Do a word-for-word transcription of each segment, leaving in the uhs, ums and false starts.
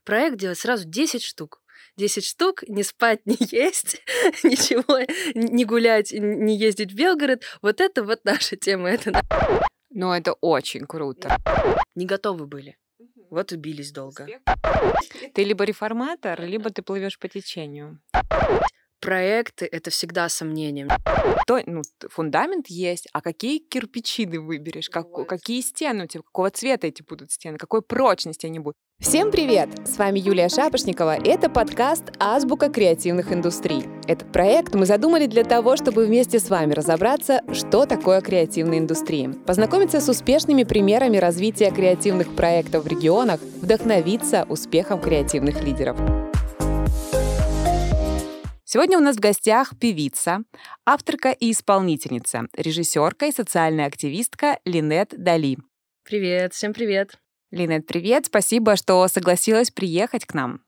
проект делать сразу десять штук. десять штук, не спать, не есть, ничего, не гулять, не ездить в Белгород. Вот это вот наша тема. Это... Ну, это очень круто. Не готовы были. Вот и бились долго. Ты либо реформатор, либо ты плывешь по течению. Проекты — это всегда сомнения. То, ну, фундамент есть, а какие кирпичи ты выберешь, как, какие стены у тебя, какого цвета эти будут стены, какой прочности они будут. Всем привет! С вами Юлия Шапошникова. Это подкаст «Азбука креативных индустрий». Этот проект мы задумали для того, чтобы вместе с вами разобраться, что такое креативные индустрии, познакомиться с успешными примерами развития креативных проектов в регионах, вдохновиться успехом креативных лидеров. Сегодня у нас в гостях певица, авторка и исполнительница, режиссерка и социальная активистка Линет Дали. Привет, всем привет. Линет, привет, спасибо, что согласилась приехать к нам.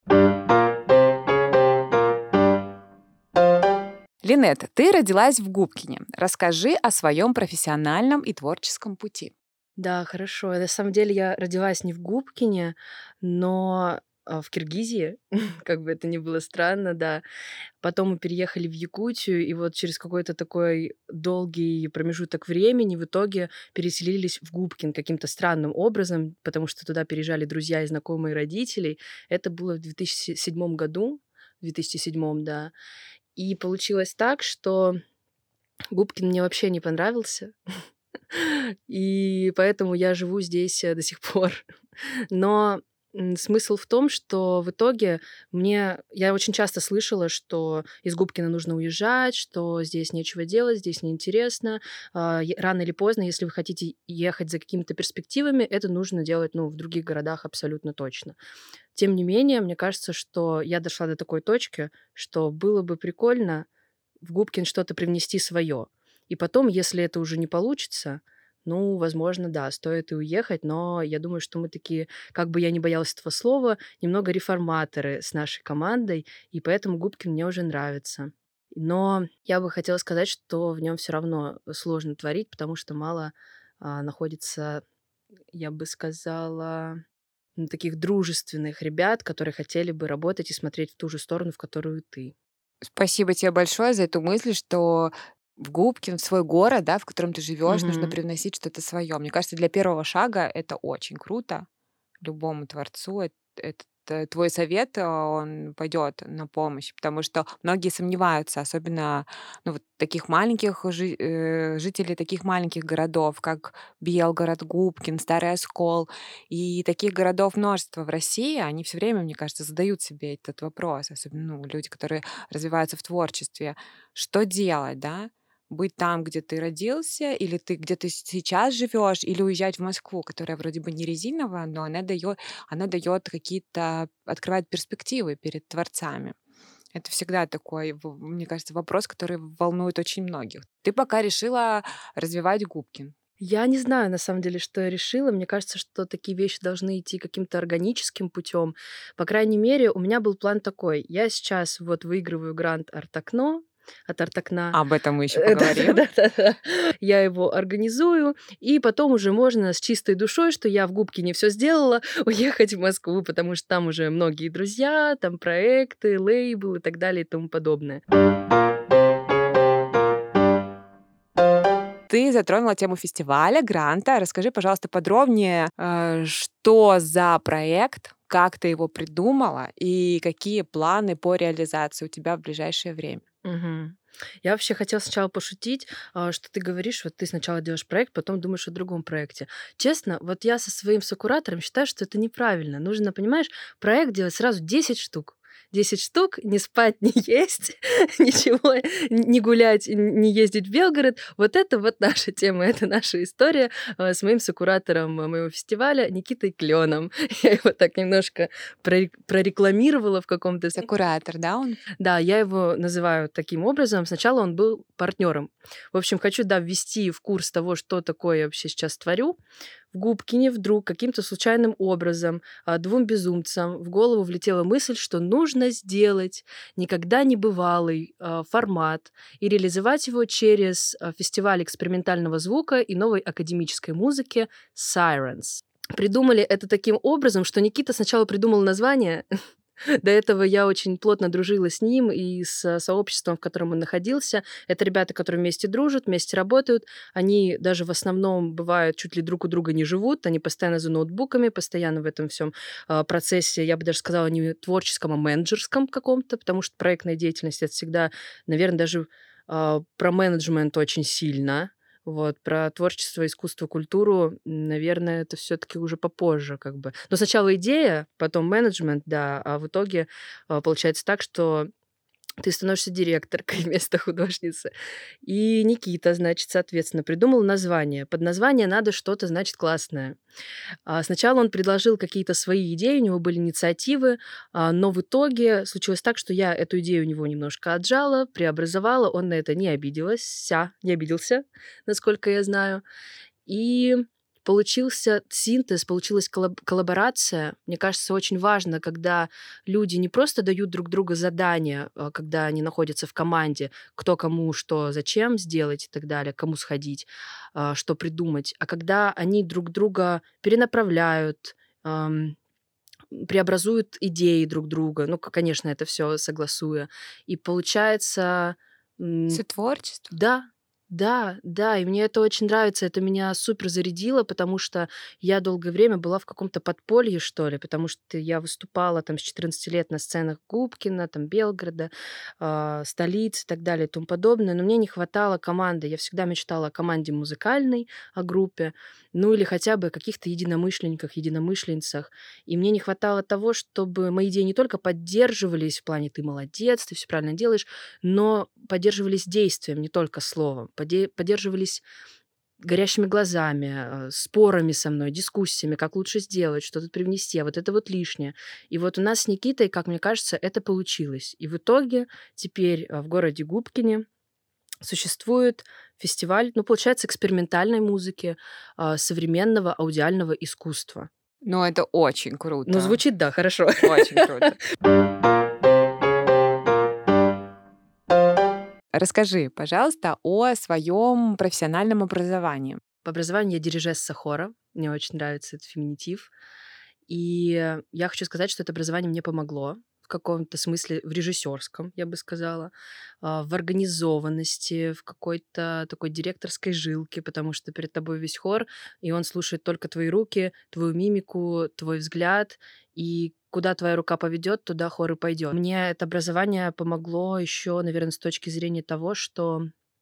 Линет, ты родилась в Губкине. Расскажи о своем профессиональном и творческом пути. Да, хорошо. На самом деле я родилась не в Губкине, но в Киргизии, как бы это ни было странно, да. Потом мы переехали в Якутию, и вот через какой-то такой долгий промежуток времени в итоге переселились в Губкин каким-то странным образом, потому что туда переезжали друзья и знакомые родителей. Это было в две тысячи седьмом году, в две тысячи седьмом, да. И получилось так, что Губкин мне вообще не понравился, и поэтому я живу здесь до сих пор. Но смысл в том, что в итоге мне... Я очень часто слышала, что из Губкина нужно уезжать, что здесь нечего делать, здесь неинтересно. Рано или поздно, если вы хотите ехать за какими-то перспективами, это нужно делать, ну, в других городах абсолютно точно. Тем не менее, мне кажется, что я дошла до такой точки, что было бы прикольно в Губкин что-то привнести свое. И потом, если это уже не получится, ну, возможно, да, стоит и уехать, но я думаю, что мы такие, как бы я ни боялась этого слова, немного реформаторы с нашей командой, и поэтому Губкин мне уже нравится. Но я бы хотела сказать, что в нем все равно сложно творить, потому что мало а, находится, я бы сказала, таких дружественных ребят, которые хотели бы работать и смотреть в ту же сторону, в которую ты. Спасибо тебе большое за эту мысль, что в Губкин, в свой город, да, в котором ты живешь, Мгм. нужно привносить что-то свое. Мне кажется, для первого шага это очень круто. Любому творцу это, это твой совет, он пойдет на помощь, потому что многие сомневаются, особенно ну, вот таких маленьких жи- э, жителей таких маленьких городов, как Белгород, Губкин, Старый Оскол, и таких городов множество в России. Они все время, мне кажется, задают себе этот вопрос, особенно ну, люди, которые развиваются в творчестве, что делать, да? Быть там, где ты родился, или ты где ты сейчас живешь, или уезжать в Москву, которая вроде бы не резиновая, но она дает, она дает какие-то, открывает перспективы перед творцами. Это всегда такой, в- мне кажется, вопрос, который волнует очень многих. Ты пока решила развивать Губкин. Я не знаю, на самом деле, что я решила. Мне кажется, что такие вещи должны идти каким-то органическим путем. По крайней мере, у меня был план такой. Я сейчас вот выигрываю грант «Арт-окно», от «Арт-окна». Об этом мы еще Э, поговорим. Да-да-да. Я его организую, и потом уже можно с чистой душой, что я в Губкине все сделала, уехать в Москву, потому что там уже многие друзья, там проекты, лейбл и так далее и тому подобное. Ты затронула тему фестиваля, гранта. Расскажи, пожалуйста, подробнее, э, что за проект, как ты его придумала и какие планы по реализации у тебя в ближайшее время. Мгм. Я вообще хотела сначала пошутить, а, что ты говоришь, вот ты сначала делаешь проект, потом думаешь о другом проекте. Честно, вот я со своим сокуратором считаю, что это неправильно. Нужно, понимаешь, проект делать сразу десять штук. десять штук, не спать, не есть, ничего, не гулять, не ездить в Белгород. Вот это вот наша тема, это наша история а, с моим сокуратором а, моего фестиваля Никитой Кленом. Я его так немножко прорек- прорекламировала в каком-то... Куратор, да, он? Да, я его называю таким образом. Сначала он был партнером. В общем, хочу, да, ввести в курс того, что такое я вообще сейчас творю. В Губкине вдруг каким-то случайным образом а, двум безумцам в голову влетела мысль, что нужно сделать никогда не бывалый а, формат и реализовать его через а, фестиваль экспериментального звука и новой академической музыки Sirens. придумали это таким образом, что Никита сначала придумал название. До этого я очень плотно дружила с ним и с сообществом, в котором он находился. Это ребята, которые вместе дружат, вместе работают. Они даже в основном, бывают, чуть ли друг у друга не живут. Они постоянно за ноутбуками, постоянно в этом всем процессе, я бы даже сказала, не творческом, а менеджерском каком-то, потому что проектная деятельность — это всегда, наверное, даже про менеджмент очень сильно. Вот, про творчество, искусство, культуру, наверное, это все-таки уже попозже, как бы. Но сначала идея, потом менеджмент, да, а в итоге получается так, что ты становишься директоркой вместо художницы. И Никита, значит, соответственно, придумал название. Под название надо что-то, значит, классное. Сначала он предложил какие-то свои идеи, у него были инициативы, но в итоге случилось так, что я эту идею у него немножко отжала, преобразовала, он на это не обиделся, не обиделся, насколько я знаю. И получился синтез, получилась коллаб- коллаборация. Мне кажется, очень важно, когда люди не просто дают друг другу задания, когда они находятся в команде, кто кому что, зачем сделать и так далее, кому сходить, что придумать, а когда они друг друга перенаправляют, преобразуют идеи друг друга, ну, конечно, это все согласуя. И получается... Сотворчество? Да, да, да, и мне это очень нравится, это меня супер зарядило, потому что я долгое время была в каком-то подполье, что ли, потому что я выступала там с четырнадцати лет на сценах Губкина, там Белгорода, э, столицы и так далее и тому подобное, но мне не хватало команды, я всегда мечтала о команде музыкальной, о группе, ну или хотя бы о каких-то единомышленниках, единомышленницах, и мне не хватало того, чтобы мои идеи не только поддерживались в плане «ты молодец, ты все правильно делаешь», но поддерживались действием, не только словом, поддерживались горящими глазами, спорами со мной, дискуссиями, как лучше сделать, что тут привнести, а вот это вот лишнее. И вот у нас с Никитой, как мне кажется, это получилось. И в итоге теперь в городе Губкине существует фестиваль, ну, получается, экспериментальной музыки, современного аудиального искусства. Ну, это очень круто. Ну, звучит, да, хорошо. Очень круто. Расскажи, пожалуйста, о своем профессиональном образовании. По образованию я дирижесса хора. Мне очень нравится этот феминитив. И я хочу сказать, что это образование мне помогло в каком-то смысле, в режиссерском, я бы сказала, в организованности, в какой-то такой директорской жилке, потому что перед тобой весь хор, и он слушает только твои руки, твою мимику, твой взгляд, и куда твоя рука поведет, туда хор и пойдет. Мне это образование помогло еще, наверное, с точки зрения того, что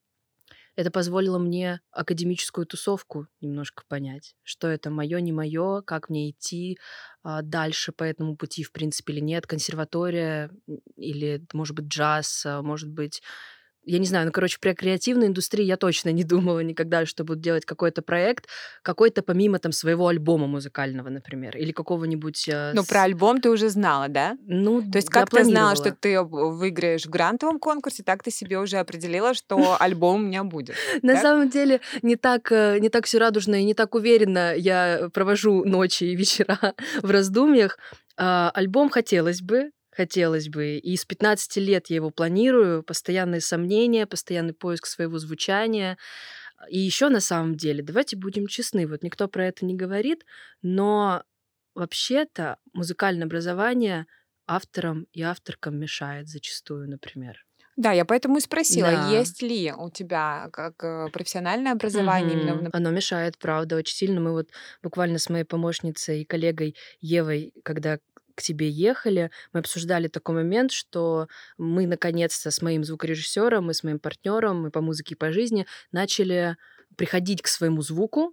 это позволило мне академическую тусовку немножко понять, что это мое, не мое, как мне идти а, дальше по этому пути, в принципе, или нет, консерватория или, может быть, джаз, а, может быть... Я не знаю, ну, короче, про креативную индустрию я точно не думала никогда, что буду делать какой-то проект, какой-то помимо там своего альбома музыкального, например, или какого-нибудь... Э, Ну, с... про альбом ты уже знала, да? Ну, То есть я как ты знала, планировала. что ты выиграешь в грантовом конкурсе, так ты себе уже определила, что альбом у меня будет. На так? самом деле не так, не так все радужно и не так уверенно я провожу ночи и вечера в раздумьях. А, альбом хотелось бы, хотелось бы, и с пятнадцати лет я его планирую, постоянные сомнения, постоянный поиск своего звучания. И еще на самом деле, давайте будем честны, вот никто про это не говорит, но вообще-то музыкальное образование авторам и авторкам мешает зачастую, например. Да, я поэтому и спросила, Да. есть ли у тебя как э, профессиональное образование именно в Мгм. Оно мешает, правда, очень сильно. Мы вот буквально с моей помощницей и коллегой Евой, когда к тебе ехали, мы обсуждали такой момент, что мы наконец-то с моим звукорежиссером и с моим партнером, мы по музыке и по жизни начали приходить к своему звуку,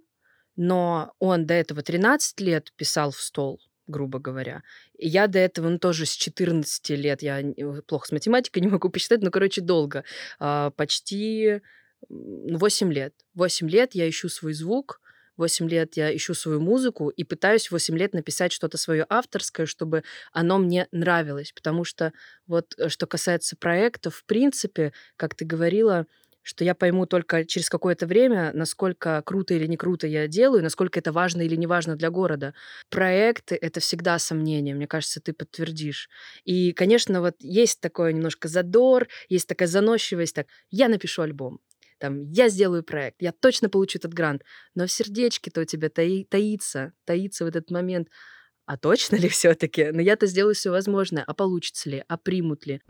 но он до этого тринадцать лет писал в стол, грубо говоря. И я до этого, ну, тоже с четырнадцати лет, я не- плохо с математикой, не могу посчитать, но, короче, долго. А, почти м, восемь лет. восемь лет я ищу свой звук, восемь лет я ищу свою музыку и пытаюсь восемь лет написать что-то свое авторское, чтобы оно мне нравилось. Потому что вот э, что касается проектов, в принципе, как ты говорила, что я пойму только через какое-то время, насколько круто или не круто я делаю, насколько это важно или не важно для города. Проекты — это всегда сомнения, мне кажется, ты подтвердишь. И, конечно, вот есть такой немножко задор, есть такая заносчивость, так, я напишу альбом. там, я сделаю проект, я точно получу этот грант, но в сердечке-то у тебя таи- таится, таится в этот момент, а точно ли все-таки? Но я-то сделаю все возможное, а получится ли, а примут ли?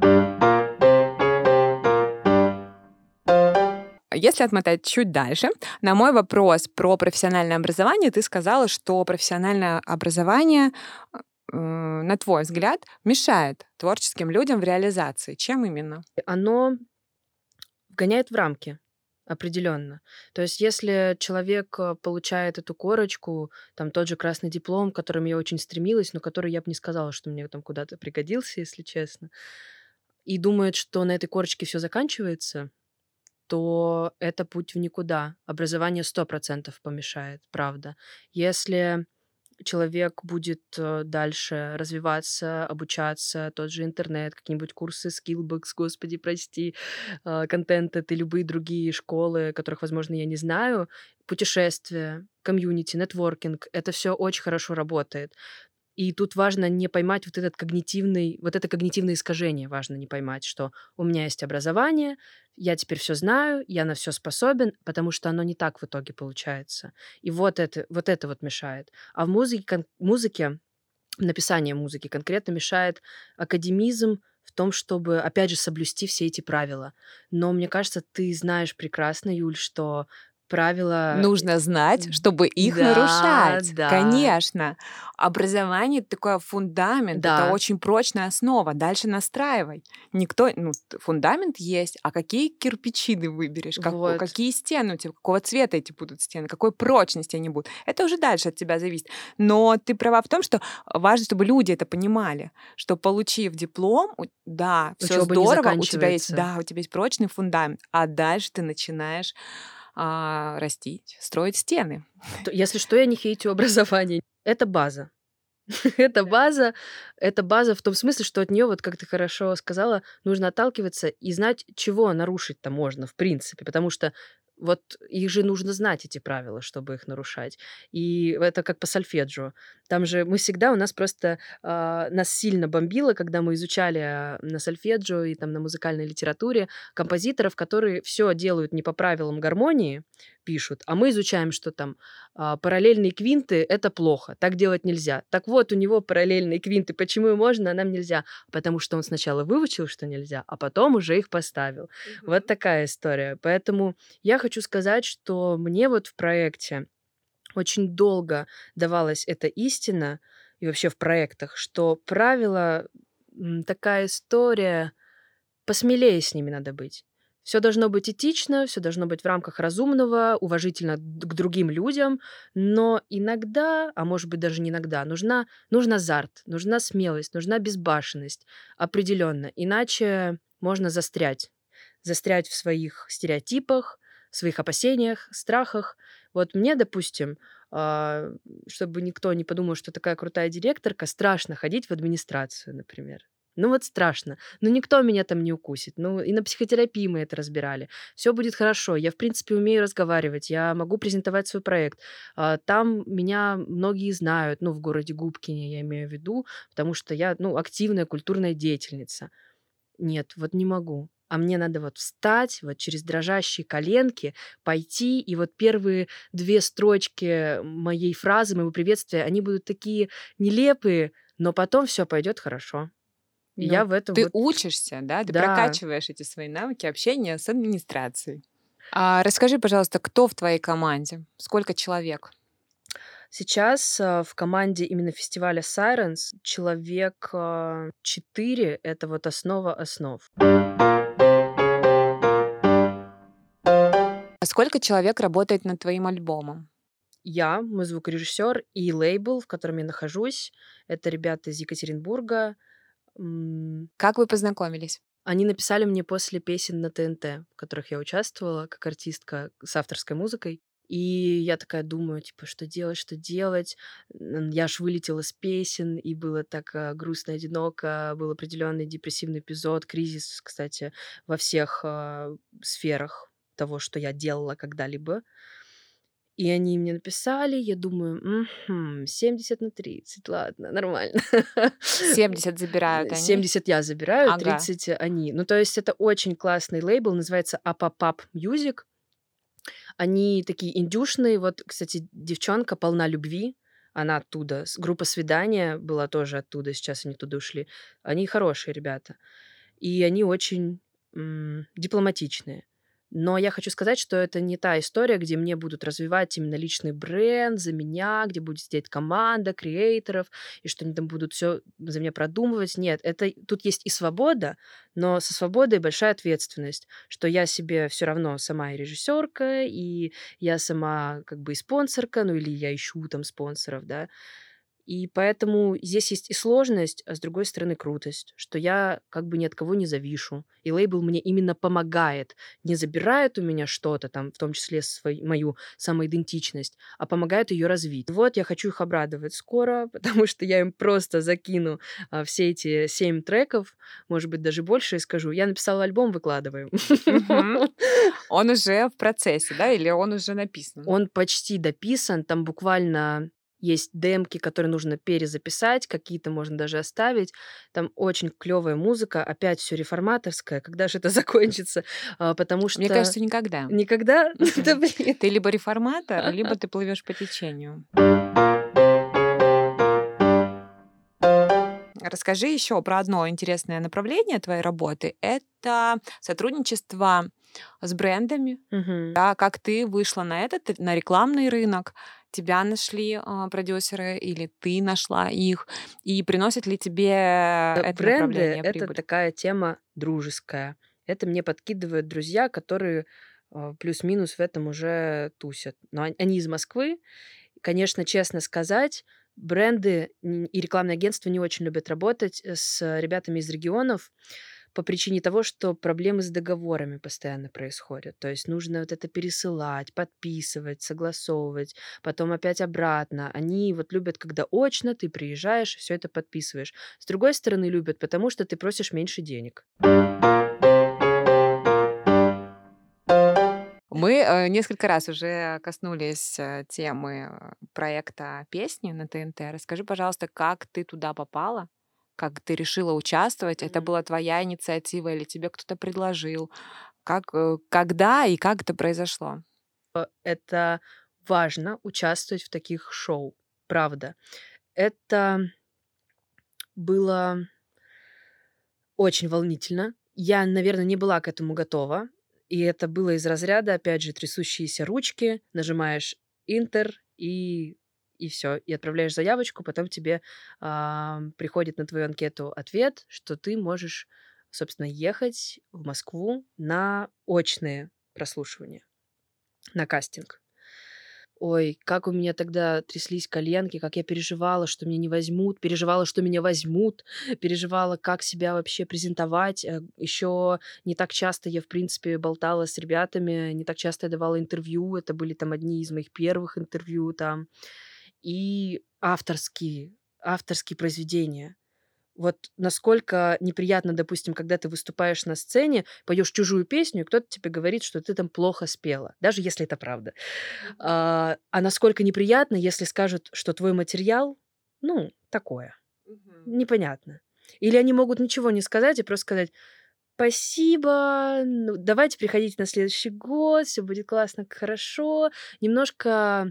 Если отмотать чуть дальше, на мой вопрос про профессиональное образование ты сказала, что профессиональное образование, э, на твой взгляд, мешает творческим людям в реализации. Чем именно? Оно вгоняет в рамки определенно. То есть если человек э, получает эту корочку, там тот же красный диплом, к которому я очень стремилась, но который я бы не сказала, что мне там куда-то пригодился, если честно, и думает, что на этой корочке все заканчивается, то это путь в никуда. Образование сто процентов помешает, правда. Если человек будет э, дальше развиваться, обучаться, тот же интернет, какие-нибудь курсы Skillbox, господи, прости, э, контент и любые другие школы, которых, возможно, я не знаю, путешествия, комьюнити, нетворкинг, это все очень хорошо работает. И тут важно не поймать вот этот когнитивный, вот это когнитивное искажение важно не поймать, что у меня есть образование, я теперь все знаю, я на все способен, потому что оно не так в итоге получается. И вот это вот, это вот мешает. А в музыке, кон- музыке, написание музыки конкретно мешает академизм в том, чтобы, опять же, соблюсти все эти правила. Но мне кажется, ты знаешь прекрасно, Юль, что правила... Нужно знать, чтобы их Да, нарушать. да, Конечно. Образование — это такой фундамент, это да. очень прочная основа. Дальше настраивай. Никто, ну, т- фундамент есть, а какие кирпичи ты выберешь, как- Вот. какие стены у тебя, какого цвета эти будут стены, какой прочности они будут. Это уже дальше от тебя зависит. Но ты права в том, что важно, чтобы люди это понимали, что, получив диплом, у- да, все Учёба не здорово, у тебя есть, заканчивается. да, у тебя есть прочный фундамент, а дальше ты начинаешь а, растить, строить стены. То- Если что, я не хейтю образование. Это база. Это база, это база в том смысле, что от нее, вот как ты хорошо сказала, нужно отталкиваться и знать, чего нарушить-то можно, в принципе, потому что вот их же нужно знать, эти правила, чтобы их нарушать. И это как по сольфеджио. Там же мы всегда, у нас просто а, нас сильно бомбило, когда мы изучали а, на сольфеджио и там на музыкальной литературе композиторов, которые все делают не по правилам гармонии, пишут, а мы изучаем, что там а, параллельные квинты — это плохо, так делать нельзя. Так вот, у него параллельные квинты, почему можно, а нам нельзя? Потому что он сначала выучил, что нельзя, а потом уже их поставил. Вот такая история. Поэтому я хочу сказать, что мне вот в проекте очень долго давалась эта истина, и вообще в проектах, что правила м, такая история, посмелее с ними надо быть. Все должно быть этично, все должно быть в рамках разумного, уважительно д- к другим людям, но иногда, а может быть даже не иногда, нужна, нужен азарт, нужна смелость, нужна безбашенность определенно, иначе можно застрять, застрять в своих стереотипах, в своих опасениях, страхах. Вот мне, допустим, а, чтобы никто не подумал, что такая крутая директорка, страшно ходить в администрацию, например. Ну вот страшно. Ну никто меня там не укусит. Ну и на психотерапии мы это разбирали. Все будет хорошо. Я, в принципе, умею разговаривать. Я могу презентовать свой проект. А, Там меня многие знают, ну, в городе Губкине я имею в виду, потому что я, ну, активная культурная деятельница. Нет, вот не могу. А мне надо вот встать, вот через дрожащие коленки пойти, и вот первые две строчки моей фразы, моего приветствия, они будут такие нелепые, но потом все пойдет хорошо. И Ну, я в этом ты вот... учишься, да, ты Да. прокачиваешь эти свои навыки общения с администрацией. А расскажи, пожалуйста, кто в твоей команде? Сколько человек? Сейчас а, в команде именно фестиваля Sirens человек а, четыре, это вот основа основ. А сколько человек работает над твоим альбомом? Я, мой звукорежиссер и лейбл, в котором я нахожусь, это ребята из Екатеринбурга. М, Как вы познакомились? Они написали мне после песен на Т Н Т, в которых я участвовала как артистка с авторской музыкой. И я такая думаю, типа, что делать, что делать. М, Я аж вылетела с песен, и было так а, грустно, одиноко. Был определенный депрессивный эпизод, кризис, кстати, во всех а, сферах того, что я делала когда-либо. И они мне написали, я думаю, мгм, семьдесят на тридцать, ладно, нормально. семьдесят забирают они? семьдесят я забираю, Ага. тридцать они. Ну, то есть это очень классный лейбл, называется Апапап Music. Они такие индюшные. Вот, кстати, девчонка полна любви. Она оттуда. С- Группа «Свидания» была тоже оттуда. Сейчас они туда ушли. Они хорошие ребята. И они очень м, дипломатичные. Но я хочу сказать, что это не та история, где мне будут развивать именно личный бренд за меня, где будет сидеть команда креаторов, и что они там будут все за меня продумывать. Нет, это тут есть и свобода, но со свободой большая ответственность, что я себе все равно сама и режиссерка, и я сама как бы и спонсорка, ну или я ищу там спонсоров, да. И поэтому здесь есть и сложность, а с другой стороны крутость, что я как бы ни от кого не завишу. И лейбл мне именно помогает, не забирает у меня что-то там, в том числе свой, мою самоидентичность, а помогает ее развить. Вот я хочу их обрадовать скоро, потому что я им просто закину а, все эти семь треков, может быть, даже больше, и скажу, я написала альбом, выкладываем. Мгм. Он уже в процессе, да, или он уже написан? Он почти дописан, там буквально есть демки, которые нужно перезаписать, какие-то можно даже оставить. Там очень клевая музыка, опять все реформаторское. Когда же это закончится? А, Потому Мне что кажется, никогда. никогда... Да Мгм. блин. Ты либо реформатор, либо ты плывешь по течению. Расскажи еще про одно интересное направление твоей работы. Это сотрудничество с брендами. Мгм. Да, как ты вышла на этот, на рекламный рынок, тебя нашли а, продюсеры или ты нашла их, и приносит ли тебе это Бренды — направление это прибыль? такая тема дружеская. Это мне подкидывают друзья, которые а, плюс-минус в этом уже тусят. Но он- они из Москвы. Конечно, честно сказать, бренды н- и рекламные агентства не очень любят работать э, с ребятами из регионов по причине того, что проблемы с договорами постоянно происходят. То есть нужно вот это пересылать, подписывать, согласовывать, потом опять обратно. Они вот любят, когда очно ты приезжаешь и все это подписываешь. С другой стороны, любят, потому что ты просишь меньше денег. Мы э, несколько раз уже коснулись э, темы э, проекта песни на Т Н Т. Расскажи, пожалуйста, как ты туда попала? Как ты решила участвовать? Это Мгм. была твоя инициатива или тебе кто-то предложил? Как, э, когда и как это произошло? Это важно участвовать в таких шоу, правда. Это было очень волнительно. Я, наверное, не была к этому готова. И это было из разряда, опять же, трясущиеся ручки, нажимаешь Интер и и все, и отправляешь заявочку, потом тебе а, приходит на твою анкету ответ, что ты можешь, собственно, ехать в Москву на очные прослушивания, на кастинг. Ой, как у меня тогда тряслись коленки, как я переживала, что меня не возьмут, переживала, что меня возьмут, переживала, как себя вообще презентовать. Еще не так часто я, в принципе, болтала с ребятами, не так часто я давала интервью. Это были там одни из моих первых интервью там. И авторские, авторские произведения. Вот насколько неприятно, допустим, когда ты выступаешь на сцене, поешь чужую песню, и кто-то тебе говорит, что ты там плохо спела, даже если это правда. Мгм. А, а насколько неприятно, если скажут, что твой материал, ну, такое, Мгм. непонятно. Или они могут ничего не сказать и просто сказать: спасибо, ну, давайте приходите на следующий год, все будет классно, хорошо, немножко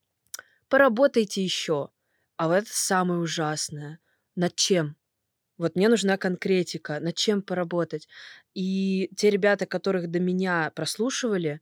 поработайте еще. А вот это самое ужасное. Над чем? Вот мне нужна конкретика, над чем поработать. И те ребята, которых до меня прослушивали,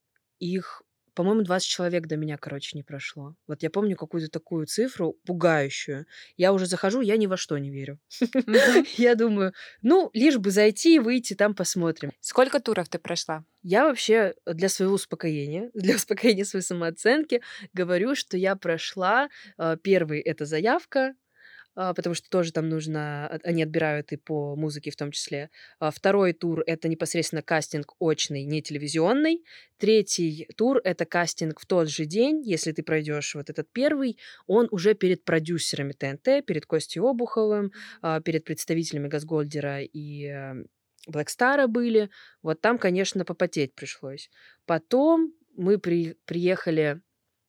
их, по-моему, двадцать человек до меня, короче, не прошло. Вот я помню какую-то такую цифру пугающую. Я уже захожу, я ни во что не верю. Мгм. Я думаю, ну, лишь бы зайти и выйти, там посмотрим. Сколько туров ты прошла? Я вообще для своего успокоения, для успокоения своей самооценки говорю, что я прошла, а, первый — это заявка, а, потому что тоже там нужно, от они отбирают и по музыке в том числе. А, второй тур — это непосредственно кастинг очный, не телевизионный. Третий тур — это кастинг в тот же день. Если ты пройдешь вот этот первый, он уже перед продюсерами Т Н Т, перед Костей Обуховым, а, перед представителями Газгольдера и, э, Блэкстара были. Вот там, конечно, попотеть пришлось. Потом мы при приехали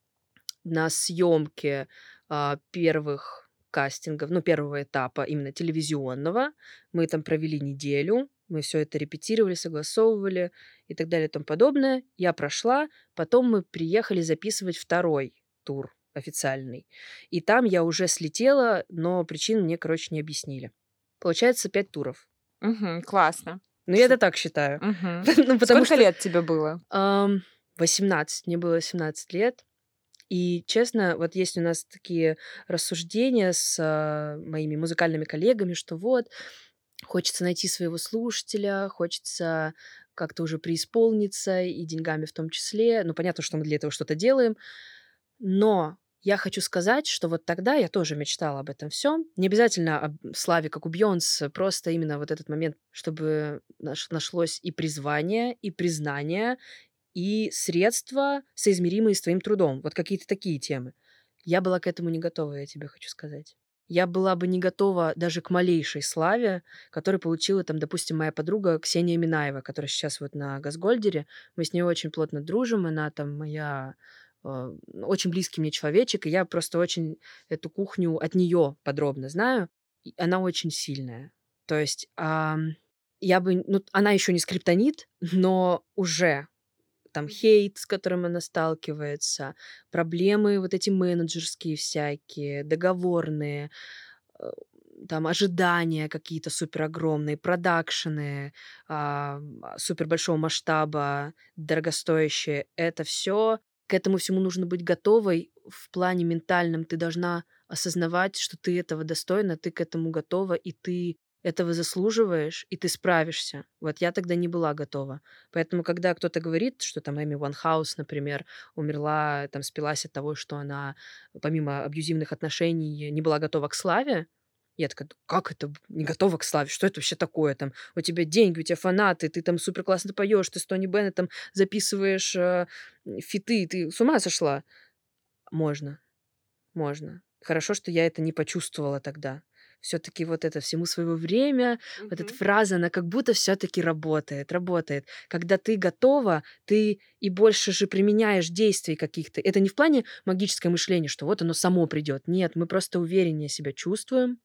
на съемки а, первых кастингов, ну, первого этапа именно телевизионного. Мы там провели неделю. Мы все это репетировали, согласовывали и так далее и тому подобное. Я прошла, потом мы приехали записывать второй тур официальный. И там я уже слетела, но причин мне, короче, не объяснили. Получается, пять туров. Мгм, классно. Ну, я это так считаю. Мгм. Ну, потому Сколько что лет тебе было? ам, восемнадцать. Мне было семнадцать лет. И, честно, вот есть у нас такие рассуждения с а, моими музыкальными коллегами, что вот, хочется найти своего слушателя, хочется как-то уже преисполниться, и деньгами в том числе. Ну, понятно, что мы для этого что-то делаем. Но я хочу сказать, что вот тогда я тоже мечтала об этом всем. Не обязательно об славе, как у Бейонсе, просто именно вот этот момент, чтобы наш- нашлось и призвание, и признание, и средства, соизмеримые с твоим трудом. Вот какие-то такие темы. Я была к этому не готова, я тебе хочу сказать. Я была бы не готова даже к малейшей славе, которую получила, там, допустим, моя подруга Ксения Минаева, которая сейчас вот на Газгольдере. Мы с ней очень плотно дружим, она там моя э, очень близкий мне человечек, и я просто очень эту кухню от нее подробно знаю. И она очень сильная. То есть ам, я бы... Ну, она еще не скриптонит, но уже там хейт, с которым она сталкивается, проблемы вот эти менеджерские всякие, договорные, э, там ожидания какие-то супер огромные, продакшены а, супер большого масштаба, дорогостоящие. Это все, к этому всему нужно быть готовой в плане ментальном. Ты должна осознавать, что ты этого достойна, ты к этому готова, и ты этого заслуживаешь, и ты справишься. Вот я тогда не была готова. Поэтому, когда кто-то говорит, что там Эми Уанхаус, например, умерла, там, спилась от того, что она, помимо абьюзивных отношений, не была готова к славе, я такая, как это не готова к славе? Что это вообще такое? Там, у тебя деньги, у тебя фанаты, ты там супер классно поешь, ты с Тони Беннетом записываешь э, фиты, ты с ума сошла? Можно, можно. Хорошо, что я это не почувствовала тогда. Все-таки вот это всему своего время, вот эта Мгм. фраза, она как будто все-таки работает, работает. Когда ты готова, ты и больше же применяешь действий каких-то. Это не в плане магическое мышление, что вот оно само придет. Нет, мы просто увереннее себя чувствуем,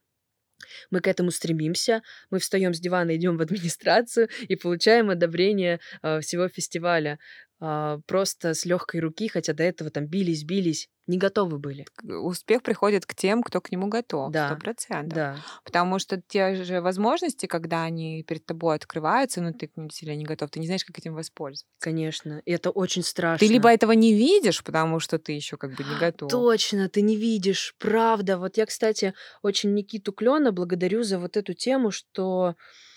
мы к этому стремимся, мы встаем с дивана, идем в администрацию и получаем одобрение э, всего фестиваля. А, просто с легкой руки, хотя до этого там бились, бились, не готовы были. К- Успех приходит к тем, кто к нему готов, сто Да, процентов. да, Потому что те же возможности, когда они перед тобой открываются, но ты к ним сильно не готов, ты не знаешь, как этим воспользоваться. конечно. И это очень Ты либо страшно. этого не видишь, потому что ты еще как бы не готов. Точно, ты не видишь, правда. Вот я, кстати, очень Никиту Клёна благодарю за вот эту тему, что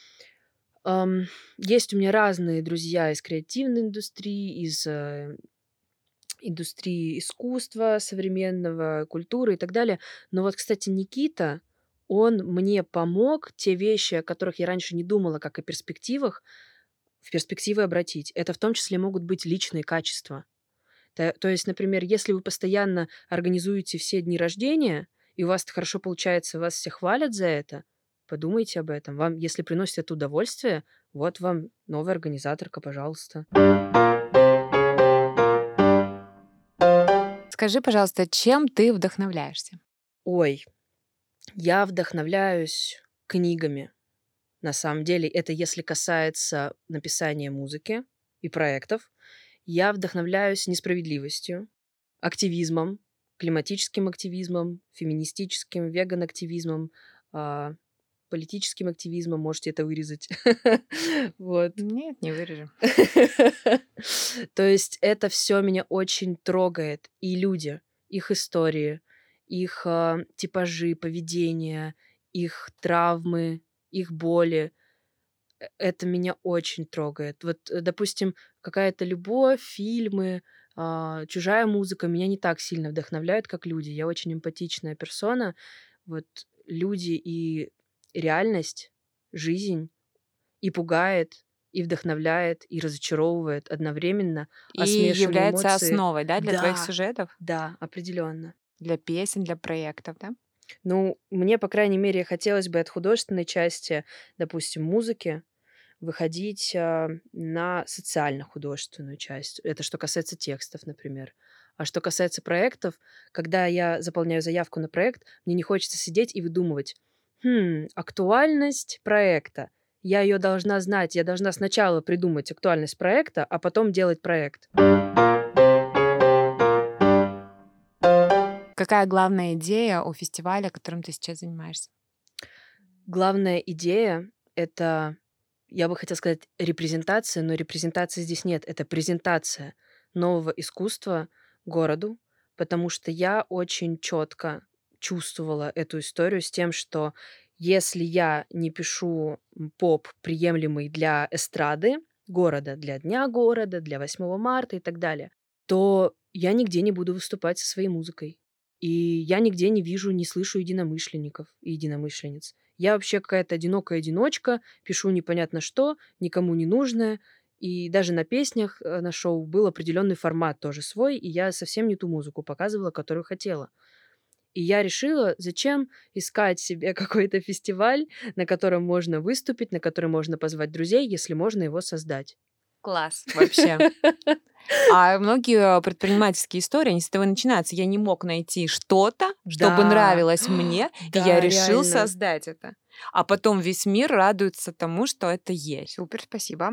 ам, есть у меня разные друзья из креативной индустрии, из э, индустрии искусства современного, культуры и так далее. Но вот, кстати, Никита, он мне помог те вещи, о которых я раньше не думала, как о перспективах, в перспективы обратить. Это в том числе могут быть личные качества. То, то есть, например, если вы постоянно организуете все дни рождения, и у вас это хорошо получается, вас все хвалят за это, подумайте об этом. Вам, если приносит это удовольствие, вот вам новая организаторка, пожалуйста. Скажи, пожалуйста, чем ты вдохновляешься? Ой, я вдохновляюсь книгами. На самом деле, это если касается написания музыки и проектов. Я вдохновляюсь несправедливостью, активизмом, климатическим активизмом, феминистическим, веган-активизмом, а, политическим активизмом. Можете это вырезать. Вот. Нет, не вырежем. То есть это все меня очень трогает. И люди, их истории, их а, типажи поведения, их травмы, их боли. Э, Это меня очень трогает. Вот, э, допустим, какая-то любовь, фильмы, а, чужая музыка меня не так сильно вдохновляют, как люди. Я очень эмпатичная персона. Вот люди и реальность, жизнь и пугает, и вдохновляет, и разочаровывает одновременно, И а смешанные является эмоции. основой, да, для твоих Да, сюжетов, да, определенно. для песен, для проектов, да? Ну, мне, по крайней мере, хотелось бы от художественной части, допустим, музыки, выходить а, на социально-художественную часть. Это что касается текстов, например. А что касается проектов, когда я заполняю заявку на проект, мне не хочется сидеть и выдумывать. Хм, актуальность проекта. Я ее должна знать. Я должна сначала придумать актуальность проекта, а потом делать проект. Какая главная идея у фестиваля, которым ты сейчас занимаешься? Главная идея — это, я бы хотела сказать, репрезентация, но репрезентации здесь нет. Это презентация нового искусства городу, потому что я очень четко чувствовала эту историю с тем, что если я не пишу поп, приемлемый для эстрады города, для Дня города, для восьмого марта и так далее, то я нигде не буду выступать со своей музыкой. И я нигде не вижу, не слышу единомышленников и единомышленниц. Я вообще какая-то одинокая одиночка, пишу непонятно что, никому не нужное. И даже на песнях э, на шоу был определенный формат тоже свой, и я совсем не ту музыку показывала, которую хотела. И я решила, зачем искать себе какой-то фестиваль, на котором можно выступить, на который можно позвать друзей, если можно его создать. Класс вообще. А многие предпринимательские истории, они с этого начинаются. Я не мог найти что-то, чтобы Да. нравилось мне, и Да, я решил реально. создать это. А потом весь мир радуется тому, что это есть. Супер, спасибо.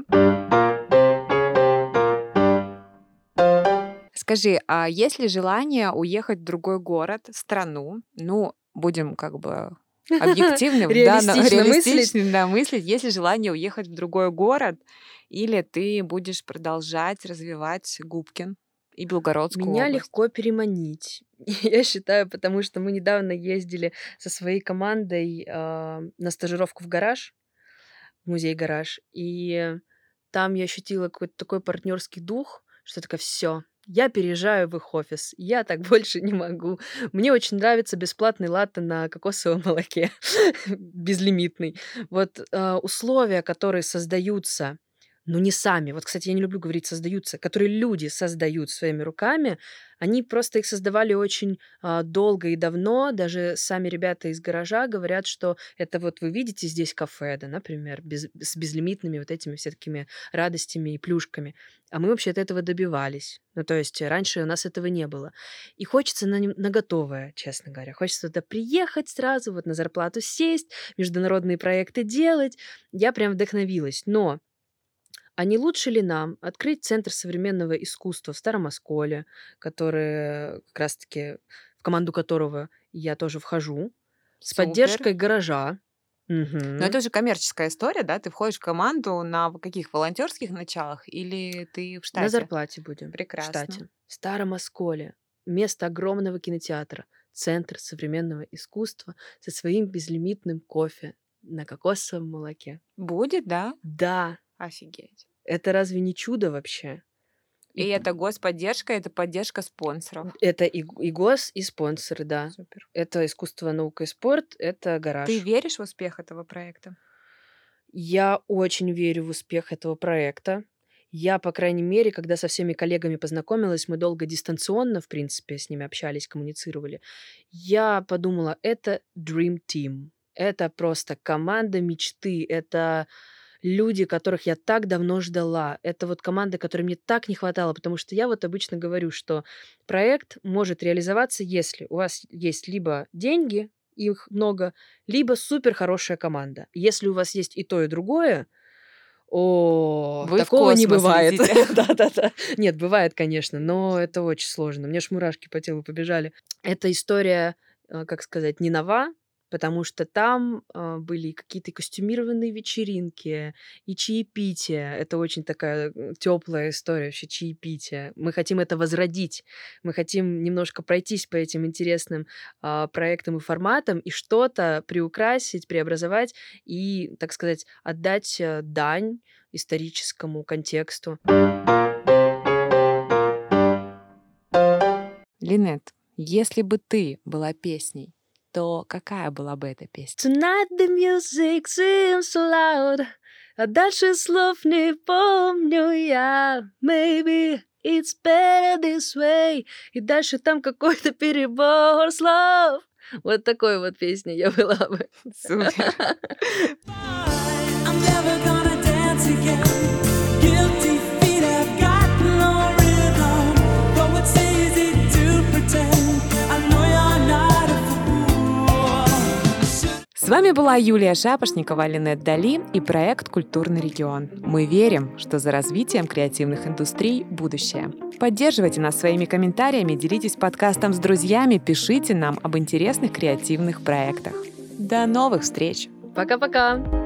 Скажи, а есть ли желание уехать в другой город, страну? Ну, будем как бы объективны, в данном- Реалистично мыслить. реалистичны, да, мыслить. Есть ли желание уехать в другой город, или ты будешь продолжать развивать Губкин и Белгородскую Меня область? легко переманить. Я считаю, потому что мы недавно ездили со своей командой а, на стажировку в гараж, в музей гараж, и там я ощутила какой-то такой партнерский дух, что я такая, все, я переезжаю в их офис, я так больше не могу. Мне очень нравится бесплатный латте на кокосовом молоке, безлимитный. Вот а, условия, которые создаются, ну не сами, вот, кстати, я не люблю говорить создаются, которые люди создают своими руками, они просто их создавали очень а, долго и давно. Даже сами ребята из гаража говорят, что это вот вы видите здесь кафе, да, например, без- с безлимитными вот этими всякими радостями и плюшками. А мы вообще от этого добивались. Ну, то есть раньше у нас этого не было. И хочется на, нем- на готовое, честно говоря. Хочется туда приехать сразу, вот на зарплату сесть, международные проекты делать. Я прям вдохновилась. Но а не лучше ли нам открыть Центр современного искусства в Старом Осколе, который как раз-таки, в команду которого я тоже вхожу, с Супер. поддержкой гаража? Но Мгм. это уже коммерческая история, да? Ты входишь в команду на каких волонтерских началах или ты в На штате? зарплате будем. В Прекрасно. штате. В Старом Осколе. Место огромного кинотеатра. Центр современного искусства со своим безлимитным кофе на кокосовом молоке. Будет, да? Да, Офигеть. это разве не чудо вообще? И И это господдержка, это поддержка спонсоров. это и, г- и гос, и спонсоры, да. Супер. Это искусство, наука и спорт, это Ты гараж. веришь в успех этого проекта? Я очень верю в успех этого проекта. Я, по крайней мере, когда со всеми коллегами познакомилась, мы долго дистанционно, в принципе, с ними общались, коммуницировали. Я подумала, это Dream Team. Это просто команда мечты. Это люди, которых я так давно ждала. Это вот команда, которой мне так не хватало, потому что я вот обычно говорю, что проект может реализоваться, если у вас есть либо деньги, их много, либо супер хорошая команда. Если у вас есть и то, и другое, о, Вы в такого не космос бывает. летите. Да-да-да. Нет, бывает, конечно, но это очень сложно. Мне аж мурашки по телу побежали. Эта история, э, как сказать, не нова, потому что там э, были и какие-то костюмированные вечеринки, и чаепитие. Это очень такая теплая история вообще, чаепитие. Мы хотим это возродить. Мы хотим немножко пройтись по этим интересным а, проектам и форматам и что-то приукрасить, преобразовать и, так сказать, отдать э, дань историческому контексту. Линет, если бы ты была песней, то какая была бы эта песня? Tonight the music seems so loud. А дальше слов не помню я. Maybe it's better this way. И дальше там какой-то перебор слов. Вот такой вот песней я была бы. Супер. I'm never gonna dance again. Guilty feet have got no rhythm. Though it's easy to pretend, I know you're not a fool. С вами была Юлия Шапошникова, Линет Дали и проект «Культурный регион». Мы верим, что за развитием креативных индустрий будущее. Поддерживайте нас своими комментариями, делитесь подкастом с друзьями, пишите нам об интересных креативных проектах. До новых встреч! Пока-пока!